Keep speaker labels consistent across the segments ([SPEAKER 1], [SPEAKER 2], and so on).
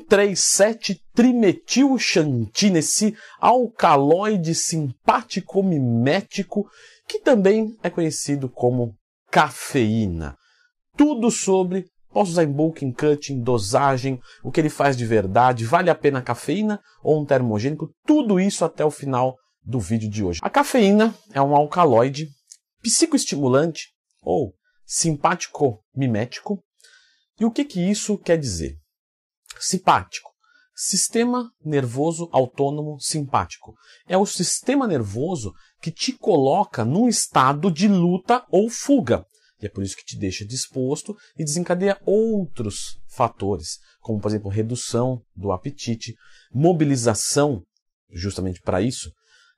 [SPEAKER 1] 1,3,7-trimetilxantina, esse alcaloide simpático mimético, que também é conhecido como cafeína. Tudo sobre, posso usar em bulk, em cut, em dosagem, o que ele faz de verdade, vale a pena a cafeína ou um termogênico, tudo isso até o final do vídeo de hoje. A cafeína é um alcaloide psicoestimulante ou simpático mimético. E o que isso quer dizer? Simpático. Sistema nervoso autônomo simpático. É o sistema nervoso que te coloca num estado de luta ou fuga. E é por isso que te deixa disposto e desencadeia outros fatores, como, por exemplo, redução do apetite, mobilização, justamente para isso,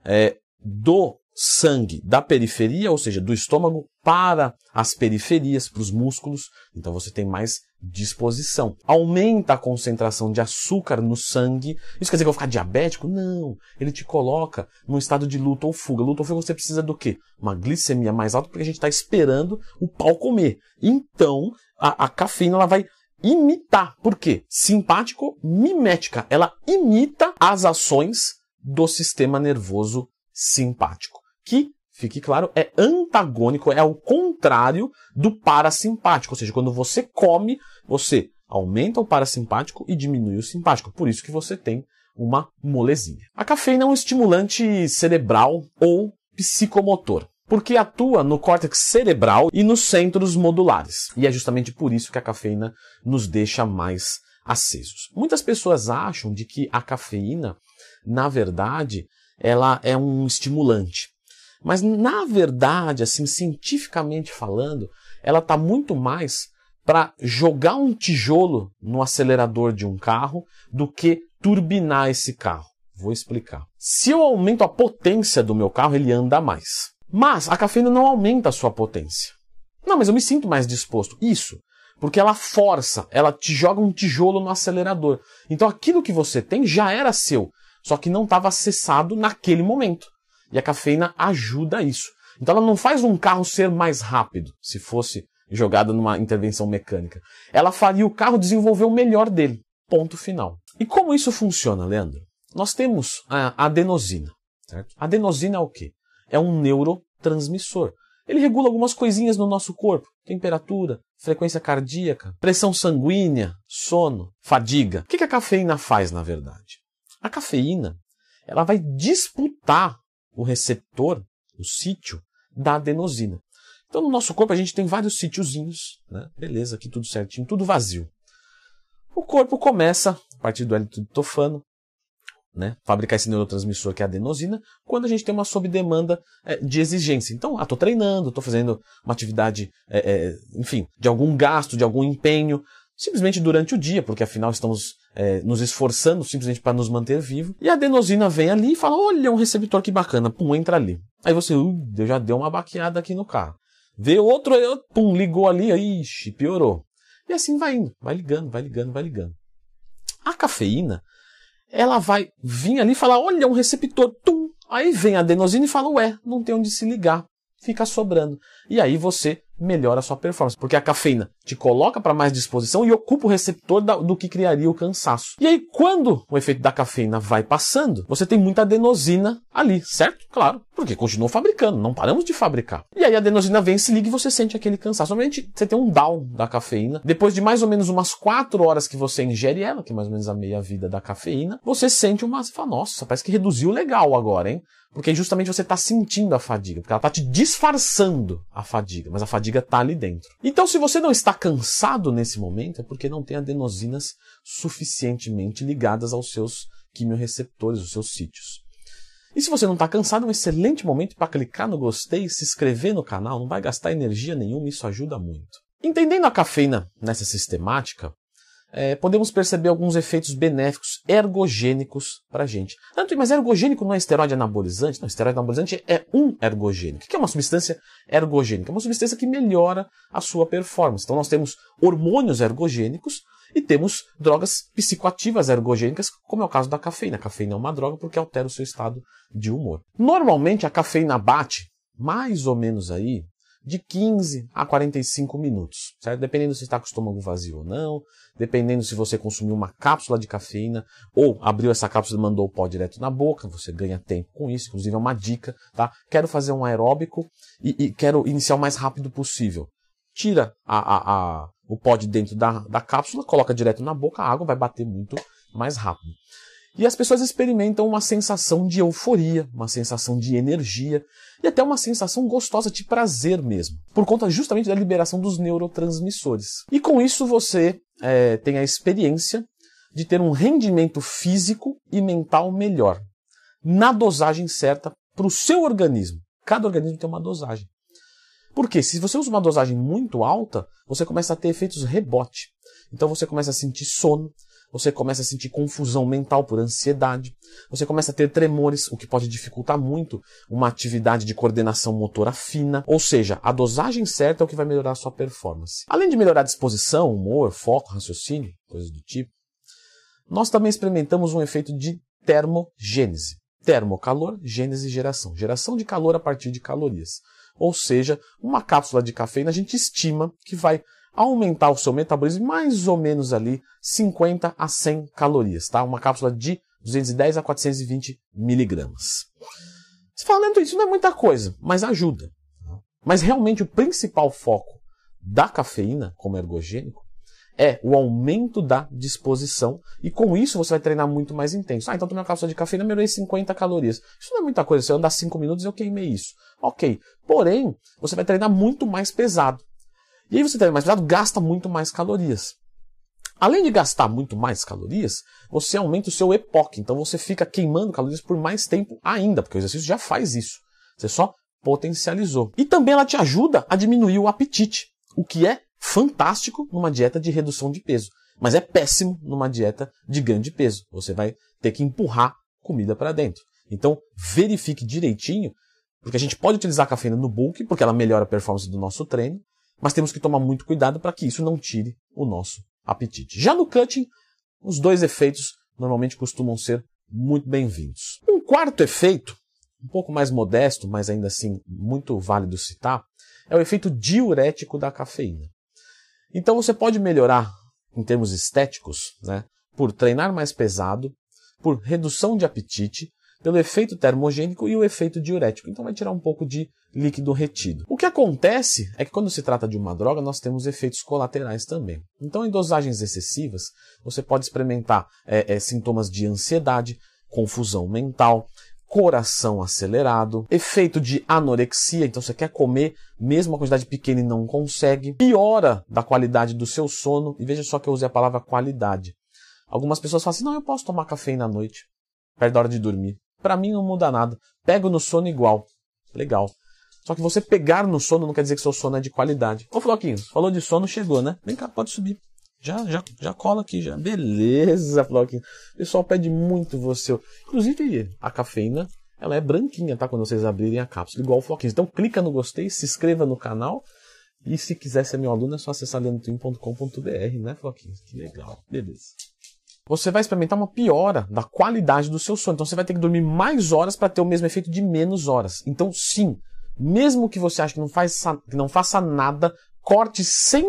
[SPEAKER 1] do sangue da periferia, ou seja, do estômago para as periferias, para os músculos. Então você tem mais disposição. Aumenta a concentração de açúcar no sangue. Isso quer dizer que eu vou ficar diabético? Não. Ele te coloca num estado de luta ou fuga. Luta ou fuga você precisa do quê? Uma glicemia mais alta, porque a gente está esperando o pau comer. Então, a cafeína ela vai imitar. Por quê? Simpático mimética. Ela imita as ações do sistema nervoso simpático, que, fique claro, é antagônico, é ao contrário do parasimpático. Ou seja, quando você come, você aumenta o parasimpático e diminui o simpático. Por isso que você tem uma molezinha. A cafeína é um estimulante cerebral ou psicomotor, porque atua no córtex cerebral e nos centros modulares. E é justamente por isso que a cafeína nos deixa mais acesos. Muitas pessoas acham de que a cafeína, na verdade, ela é um estimulante. Mas, na verdade, assim, cientificamente falando, ela está muito mais para jogar um tijolo no acelerador de um carro do que turbinar esse carro. Vou explicar. Se eu aumento a potência do meu carro, ele anda mais. Mas a cafeína não aumenta a sua potência. Não, mas eu me sinto mais disposto. Isso. Porque ela força, ela te joga um tijolo no acelerador. Então aquilo que você tem já era seu, só que não estava acessado naquele momento. E a cafeína ajuda isso. Então ela não faz um carro ser mais rápido, se fosse jogada numa intervenção mecânica. Ela faria o carro desenvolver o melhor dele. Ponto final. E como isso funciona, Leandro? Nós temos a adenosina. Certo? A adenosina é o quê? É um neurotransmissor. Ele regula algumas coisinhas no nosso corpo. Temperatura, frequência cardíaca, pressão sanguínea, sono, fadiga. O que a cafeína faz, na verdade? A cafeína, ela vai disputar o receptor, o sítio, da adenosina. Então, no nosso corpo, a gente tem vários sítiozinhos, né? Beleza, aqui tudo certinho, tudo vazio. O corpo começa, a partir do L-triptofano, né, fabricar esse neurotransmissor que é a adenosina, quando a gente tem uma sobredemanda de exigência. Então, estou treinando, estou fazendo uma atividade, enfim, de algum gasto, de algum empenho, simplesmente durante o dia, porque afinal estamos nos esforçando simplesmente para nos manter vivos. E a adenosina vem ali e fala, olha, um receptor que bacana, pum, entra ali. Aí você, já deu uma baqueada aqui no carro. Vê outro, pum, ligou ali, ixi, piorou. E assim vai indo, vai ligando, vai ligando, vai ligando. A cafeína, ela vai vir ali e falar, olha, um receptor, tum. Aí vem a adenosina e fala, ué, não tem onde se ligar. Fica sobrando. E aí você melhora a sua performance, porque a cafeína te coloca para mais disposição e ocupa o receptor do que criaria o cansaço. E aí, quando o efeito da cafeína vai passando, você tem muita adenosina ali, certo? Claro, porque continuou fabricando, não paramos de fabricar. E aí a adenosina vem, se liga e você sente aquele cansaço. Normalmente você tem um down da cafeína. Depois de mais ou menos umas 4 horas que você ingere ela, que é mais ou menos a meia-vida da cafeína, você sente você fala, nossa, parece que reduziu legal agora, hein? Porque justamente você está sentindo a fadiga, porque ela está te disfarçando a fadiga, mas a fadiga está ali dentro. Então, se você não está cansado nesse momento, é porque não tem adenosinas suficientemente ligadas aos seus quimiorreceptores, os seus sítios. E se você não está cansado, é um excelente momento para clicar no gostei, se inscrever no canal, não vai gastar energia nenhuma, isso ajuda muito. Entendendo a cafeína nessa sistemática, podemos perceber alguns efeitos benéficos ergogênicos para a gente. Mas ergogênico não é esteroide anabolizante? Não, esteroide anabolizante é um ergogênico. O que é uma substância ergogênica? É uma substância que melhora a sua performance. Então nós temos hormônios ergogênicos e temos drogas psicoativas ergogênicas, como é o caso da cafeína. A cafeína é uma droga porque altera o seu estado de humor. Normalmente a cafeína bate mais ou menos aí de 15 a 45 minutos, certo? Dependendo se está com o estômago vazio ou não, dependendo se você consumiu uma cápsula de cafeína ou abriu essa cápsula e mandou o pó direto na boca, você ganha tempo com isso, inclusive é uma dica, tá? Quero fazer um aeróbico e quero iniciar o mais rápido possível. Tira o pó de dentro da cápsula, coloca direto na boca, a água vai bater muito mais rápido. E as pessoas experimentam uma sensação de euforia, uma sensação de energia e até uma sensação gostosa de prazer mesmo, por conta justamente da liberação dos neurotransmissores. E com isso você tem a experiência de ter um rendimento físico e mental melhor, na dosagem certa para o seu organismo. Cada organismo tem uma dosagem. Porque se você usa uma dosagem muito alta, você começa a ter efeitos rebote. Então você começa a sentir sono, você começa a sentir confusão mental por ansiedade, você começa a ter tremores, o que pode dificultar muito uma atividade de coordenação motora fina. Ou seja, a dosagem certa é o que vai melhorar a sua performance. Além de melhorar a disposição, humor, foco, raciocínio, coisas do tipo, nós também experimentamos um efeito de termogênese. Termocalor, gênese e geração. Geração de calor a partir de calorias. Ou seja, uma cápsula de cafeína a gente estima que vai aumentar o seu metabolismo mais ou menos ali 50 a 100 calorias, tá? Uma cápsula de 210 a 420 miligramas. Você fala, Leandro, isso não é muita coisa, mas ajuda. Mas realmente o principal foco da cafeína, como ergogênico, é o aumento da disposição e com isso você vai treinar muito mais intenso. Então tomei uma cápsula de cafeína, melhorei 50 calorias. Isso não é muita coisa, se eu andar 5 minutos eu queimei isso. Ok, porém, você vai treinar muito mais pesado. E aí você treina mais pesado, gasta muito mais calorias. Além de gastar muito mais calorias, você aumenta o seu EPOC. Então você fica queimando calorias por mais tempo ainda, porque o exercício já faz isso. Você só potencializou. E também ela te ajuda a diminuir o apetite, o que é fantástico numa dieta de redução de peso. Mas é péssimo numa dieta de ganho de peso. Você vai ter que empurrar comida para dentro. Então verifique direitinho, porque a gente pode utilizar a cafeína no bulk, porque ela melhora a performance do nosso treino, mas temos que tomar muito cuidado para que isso não tire o nosso apetite. Já no cutting, os dois efeitos normalmente costumam ser muito bem-vindos. Um quarto efeito, um pouco mais modesto, mas ainda assim muito válido citar, é o efeito diurético da cafeína. Então você pode melhorar em termos estéticos, né, por treinar mais pesado, por redução de apetite, pelo efeito termogênico e o efeito diurético. Então vai tirar um pouco de líquido retido. O que acontece é que quando se trata de uma droga, nós temos efeitos colaterais também. Então em dosagens excessivas, você pode experimentar sintomas de ansiedade, confusão mental, coração acelerado, efeito de anorexia, então você quer comer, mesmo uma quantidade pequena e não consegue, piora da qualidade do seu sono, e veja só que eu usei a palavra qualidade. Algumas pessoas falam assim, não, eu posso tomar cafeína à noite, perto da hora de dormir. Para mim não muda nada. Pego no sono igual. Legal. Só que você pegar no sono não quer dizer que seu sono é de qualidade. Ô, Floquinho, falou de sono, chegou, né? Vem cá, pode subir. Já cola aqui, já. Beleza, Floquinho. O pessoal pede muito você. Inclusive, a cafeína, ela é branquinha, tá? Quando vocês abrirem a cápsula, igual o Floquinho. Então, clica no gostei, se inscreva no canal. E se quiser ser meu aluno, é só acessar leandrotwin.com.br, né, Floquinho? Que legal. Beleza. Você vai experimentar uma piora da qualidade do seu sono. Então você vai ter que dormir mais horas para ter o mesmo efeito de menos horas. Então sim, mesmo que você ache que não faça nada, corte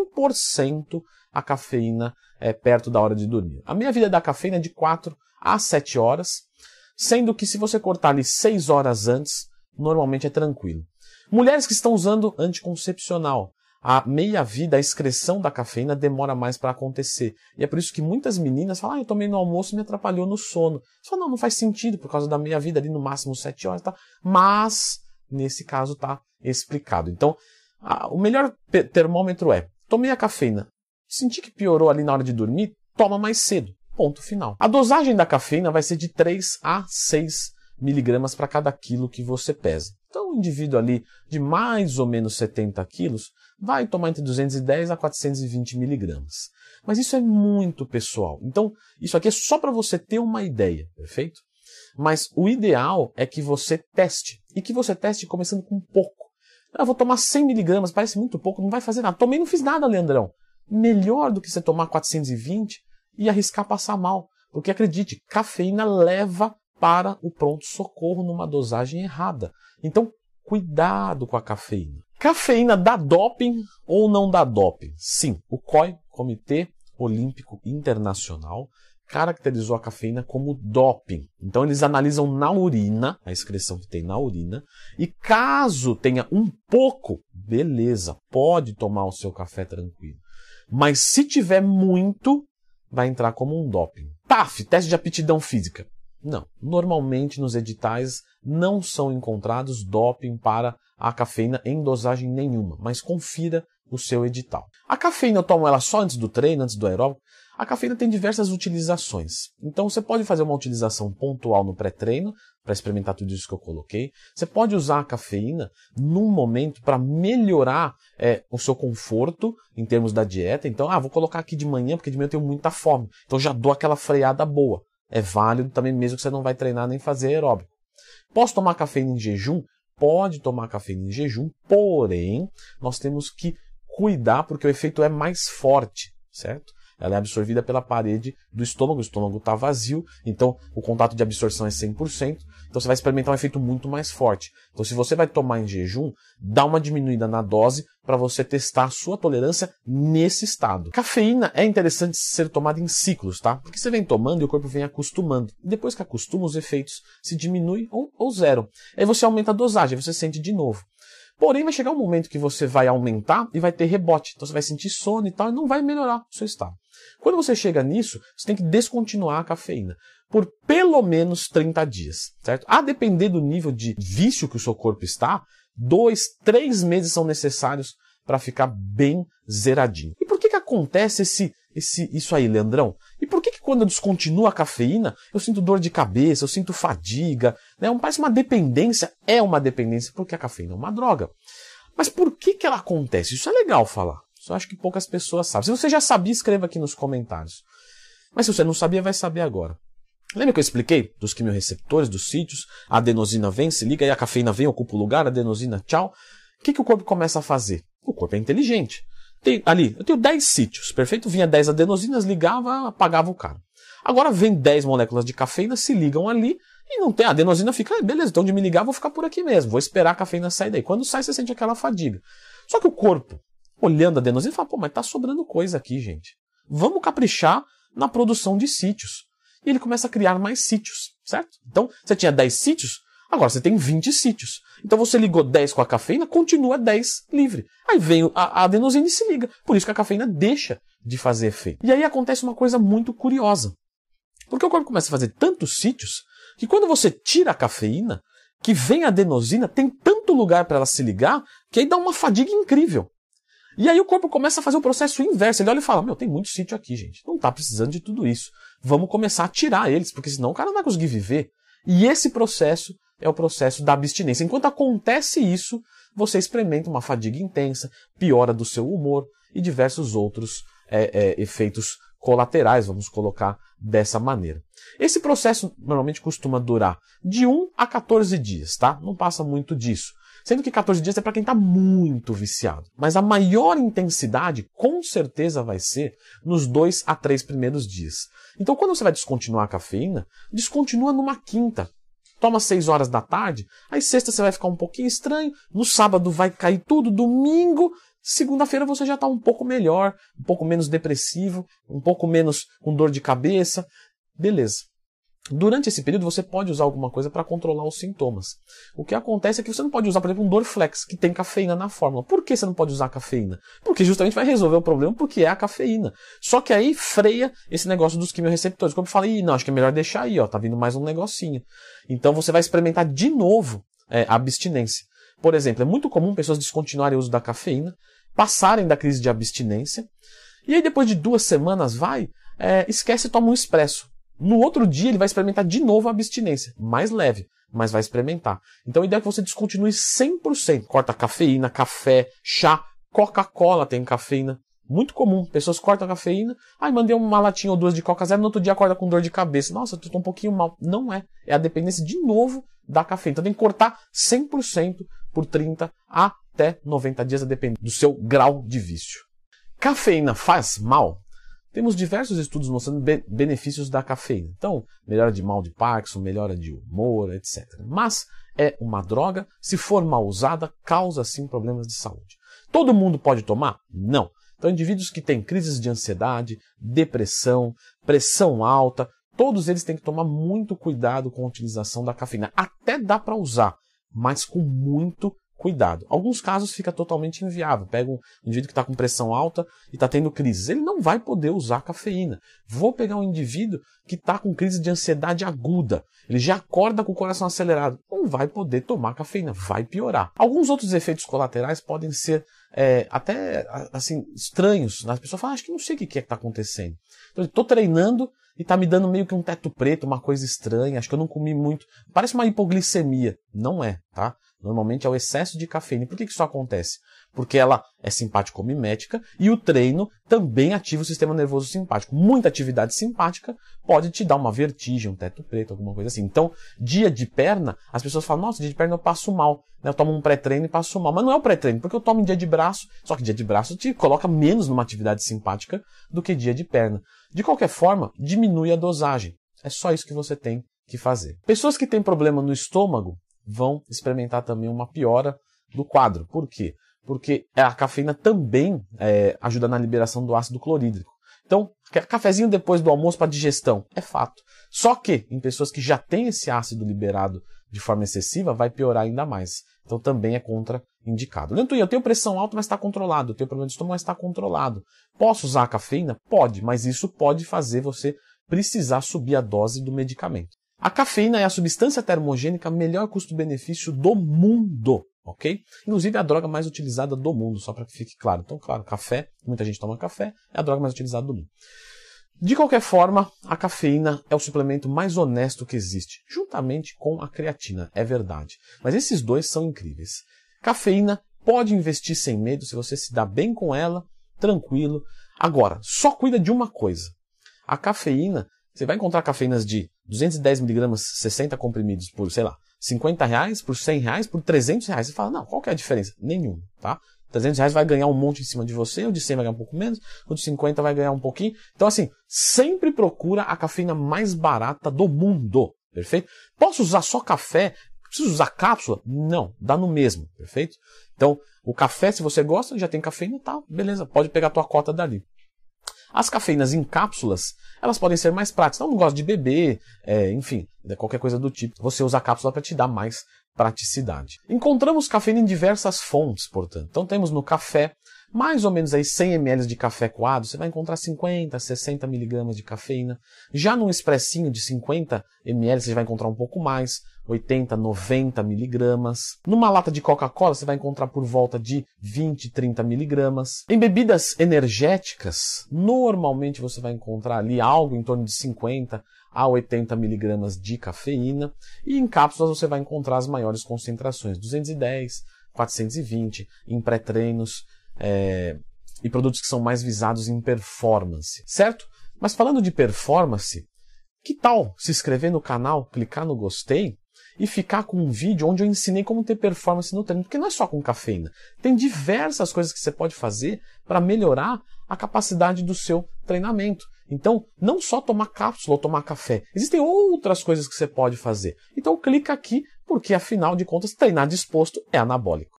[SPEAKER 1] 100% a cafeína perto da hora de dormir. A meia vida da cafeína é de 4 a 7 horas, sendo que se você cortar ali 6 horas antes, normalmente é tranquilo. Mulheres que estão usando anticoncepcional, a meia-vida, a excreção da cafeína demora mais para acontecer. E é por isso que muitas meninas falam, eu tomei no almoço e me atrapalhou no sono. Você fala, não faz sentido por causa da meia-vida ali no máximo 7 horas, tá? Mas, nesse caso, tá explicado. Então, o melhor termômetro é, tomei a cafeína, senti que piorou ali na hora de dormir, toma mais cedo. Ponto final. A dosagem da cafeína vai ser de 3 a 6 miligramas para cada quilo que você pesa. Então, um indivíduo ali de mais ou menos 70 quilos vai tomar entre 210 a 420 miligramas. Mas isso é muito pessoal. Então, isso aqui é só para você ter uma ideia, perfeito? Mas o ideal é que você teste. E que você teste começando com pouco. Eu vou tomar 100 miligramas, parece muito pouco, não vai fazer nada. Tomei, não fiz nada, Leandrão. Melhor do que você tomar 420 e arriscar passar mal. Porque acredite, cafeína leva para o pronto-socorro numa dosagem errada. Então, cuidado com a cafeína. Cafeína dá doping ou não dá doping? Sim, o COI, Comitê Olímpico Internacional, caracterizou a cafeína como doping. Então eles analisam na urina, a excreção que tem na urina, e caso tenha um pouco, beleza, pode tomar o seu café tranquilo. Mas se tiver muito, vai entrar como um doping. TAF, teste de aptidão física. Não, normalmente nos editais não são encontrados doping para a cafeína em dosagem nenhuma, mas confira o seu edital. A cafeína eu tomo ela só antes do treino, antes do aeróbico. A cafeína tem diversas utilizações. Então você pode fazer uma utilização pontual no pré-treino, para experimentar tudo isso que eu coloquei. Você pode usar a cafeína num momento para melhorar o seu conforto em termos da dieta. Então, vou colocar aqui de manhã, porque de manhã eu tenho muita fome. Então já dou aquela freada boa. É válido também mesmo que você não vai treinar nem fazer aeróbico. Posso tomar cafeína em jejum? Pode tomar cafeína em jejum, porém, nós temos que cuidar porque o efeito é mais forte, certo? Ela é absorvida pela parede do estômago, o estômago está vazio, então o contato de absorção é 100%, então você vai experimentar um efeito muito mais forte. Então se você vai tomar em jejum, dá uma diminuída na dose para você testar a sua tolerância nesse estado. Cafeína é interessante ser tomada em ciclos, tá? Porque você vem tomando e o corpo vem acostumando. E depois que acostuma, os efeitos se diminuem ou zeram. Aí você aumenta a dosagem, você sente de novo. Porém, vai chegar um momento que você vai aumentar e vai ter rebote. Então você vai sentir sono e tal, e não vai melhorar o seu estado. Quando você chega nisso, você tem que descontinuar a cafeína por pelo menos 30 dias, certo? A depender do nível de vício que o seu corpo está, 2, 3 meses são necessários para ficar bem zeradinho. E por que acontece isso aí, Leandrão? E por que quando eu descontinuo a cafeína, eu sinto dor de cabeça, eu sinto fadiga, né? Parece uma dependência, é uma dependência, porque a cafeína é uma droga. Mas por que ela acontece? Isso é legal falar. Só acho que poucas pessoas sabem. Se você já sabia, escreva aqui nos comentários. Mas se você não sabia, vai saber agora. Lembra que eu expliquei dos quimiorreceptores, dos sítios? A adenosina vem, se liga, aí a cafeína vem, ocupa o lugar, a adenosina, tchau. O que o corpo começa a fazer? O corpo é inteligente. Eu tenho 10 sítios, perfeito? Vinha 10 adenosinas, ligava, apagava o cara. Agora vem 10 moléculas de cafeína, se ligam ali e não tem. A adenosina fica, beleza, então de me ligar, vou ficar por aqui mesmo. Vou esperar a cafeína sair daí. Quando sai, você sente aquela fadiga. Só que o corpo, olhando a adenosina, fala, mas tá sobrando coisa aqui, gente. Vamos caprichar na produção de sítios. E ele começa a criar mais sítios, certo? Então, você tinha 10 sítios, agora você tem 20 sítios. Então você ligou 10 com a cafeína, continua 10 livre. Aí vem a adenosina e se liga. Por isso que a cafeína deixa de fazer efeito. E aí acontece uma coisa muito curiosa. Porque o corpo começa a fazer tantos sítios, que quando você tira a cafeína, que vem a adenosina, tem tanto lugar para ela se ligar, que aí dá uma fadiga incrível. E aí o corpo começa a fazer o processo inverso. Ele olha e fala, tem muito sítio aqui, gente. Não está precisando de tudo isso. Vamos começar a tirar eles, porque senão o cara não vai conseguir viver. E esse processo é o processo da abstinência. Enquanto acontece isso, você experimenta uma fadiga intensa, piora do seu humor e diversos outros efeitos colaterais, vamos colocar dessa maneira. Esse processo normalmente costuma durar de 1 a 14 dias, tá? Não passa muito disso. Sendo que 14 dias é para quem está muito viciado. Mas a maior intensidade, com certeza, vai ser nos 2 a 3 primeiros dias. Então, quando você vai descontinuar a cafeína, descontinua numa quinta. Toma 6 horas da tarde, aí sexta você vai ficar um pouquinho estranho, no sábado vai cair tudo, domingo, segunda-feira você já está um pouco melhor, um pouco menos depressivo, um pouco menos com dor de cabeça. Beleza. Durante esse período você pode usar alguma coisa para controlar os sintomas. O que acontece é que você não pode usar, por exemplo, um Dorflex, que tem cafeína na fórmula. Por que você não pode usar cafeína? Porque justamente vai resolver o problema porque é a cafeína. Só que aí freia esse negócio dos quimiorreceptores. Como eu falei, não, acho que é melhor deixar aí, tá vindo mais um negocinho. Então você vai experimentar de novo a abstinência. Por exemplo, é muito comum pessoas descontinuarem o uso da cafeína, passarem da crise de abstinência, e aí depois de 2 semanas esquece e toma um expresso. No outro dia ele vai experimentar de novo a abstinência, mais leve, mas vai experimentar. Então a ideia é que você descontinue 100%. Corta cafeína, café, chá, Coca-Cola tem cafeína. Muito comum, pessoas cortam a cafeína, mandei uma latinha ou 2 de Coca Zero, no outro dia acorda com dor de cabeça. Nossa, eu tô um pouquinho mal. Não é, é a dependência de novo da cafeína. Então tem que cortar 100% por 30 até 90 dias, a depender do seu grau de vício. Cafeína faz mal? temos diversos estudos mostrando benefícios da cafeína. Então, melhora de mal de Parkinson, melhora de humor, etc. Mas é uma droga, se for mal usada, causa sim problemas de saúde. Todo mundo pode tomar? Não. Então, indivíduos que têm crises de ansiedade, depressão, pressão alta, todos eles têm que tomar muito cuidado com a utilização da cafeína. Até dá para usar, mas com muito cuidado. Alguns casos fica totalmente inviável. Pega um indivíduo que está com pressão alta e está tendo crise. Ele não vai poder usar cafeína. Vou pegar um indivíduo que está com crise de ansiedade aguda. Ele já acorda com o coração acelerado. Não vai poder tomar cafeína. Vai piorar. Alguns outros efeitos colaterais podem ser até assim estranhos. As pessoas falam, acho que não sei o que está acontecendo. Então, estou treinando e está me dando meio que um teto preto, uma coisa estranha. Acho que eu não comi muito. Parece uma hipoglicemia. Não é, tá? Normalmente é o excesso de cafeína. E por que isso acontece? Porque ela é simpático-mimética e o treino também ativa o sistema nervoso simpático. Muita atividade simpática pode te dar uma vertigem, um teto preto, alguma coisa assim. Então, dia de perna, as pessoas falam, nossa, dia de perna eu passo mal. Eu tomo um pré-treino e passo mal. Mas não é o pré-treino, porque eu tomo em dia de braço, só que dia de braço te coloca menos numa atividade simpática do que dia de perna. De qualquer forma, diminui a dosagem. É só isso que você tem que fazer. Pessoas que têm problema no estômago vão experimentar também uma piora do quadro. Por quê? Porque a cafeína também ajuda na liberação do ácido clorídrico. Então, cafezinho depois do almoço para digestão, é fato. Só que em pessoas que já têm esse ácido liberado de forma excessiva, vai piorar ainda mais. Então também é contraindicado. Lentuinha, eu tenho pressão alta, mas está controlado. Eu tenho problema de estômago, mas está controlado. Posso usar a cafeína? Pode, mas isso pode fazer você precisar subir a dose do medicamento. A cafeína é a substância termogênica melhor custo-benefício do mundo, ok? Inclusive é a droga mais utilizada do mundo, só para que fique claro. Então, claro, café, muita gente toma café, é a droga mais utilizada do mundo. De qualquer forma, a cafeína é o suplemento mais honesto que existe, juntamente com a creatina, é verdade. Mas esses dois são incríveis. Cafeína pode investir sem medo, se você se dá bem com ela, tranquilo. Agora, só cuida de uma coisa. A cafeína, você vai encontrar cafeínas de 210mg, 60 comprimidos por, sei lá, R$50, por R$100, por R$300. Você fala, não, qual que é a diferença? Nenhuma, tá? R$300 vai ganhar um monte em cima de você, o de 100 vai ganhar um pouco menos, o de 50 vai ganhar um pouquinho. Então, assim, sempre procura a cafeína mais barata do mundo, perfeito? Posso usar só café? Preciso usar cápsula? Não, dá no mesmo, perfeito? Então, o café, se você gosta, já tem cafeína, tá, beleza, pode pegar a tua cota dali. As cafeínas em cápsulas, elas podem ser mais práticas. Então, eu não gosto de beber, enfim, qualquer coisa do tipo. Você usa a cápsula para te dar mais praticidade. Encontramos cafeína em diversas fontes, portanto. Então, temos no café, mais ou menos aí 100 ml de café coado, você vai encontrar 50, 60 mg de cafeína. Já num expressinho de 50 ml, você vai encontrar um pouco mais, 80, 90 mg. Numa lata de Coca-Cola, você vai encontrar por volta de 20, 30 mg. Em bebidas energéticas, normalmente você vai encontrar ali algo em torno de 50 a 80 mg de cafeína. E em cápsulas você vai encontrar as maiores concentrações, 210, 420, em pré-treinos, e produtos que são mais visados em performance, certo? Mas falando de performance, que tal se inscrever no canal, clicar no gostei e ficar com um vídeo onde eu ensinei como ter performance no treino? Porque não é só com cafeína, tem diversas coisas que você pode fazer para melhorar a capacidade do seu treinamento. Então, não só tomar cápsula ou tomar café, existem outras coisas que você pode fazer. Então clica aqui, porque afinal de contas, treinar disposto é anabólico.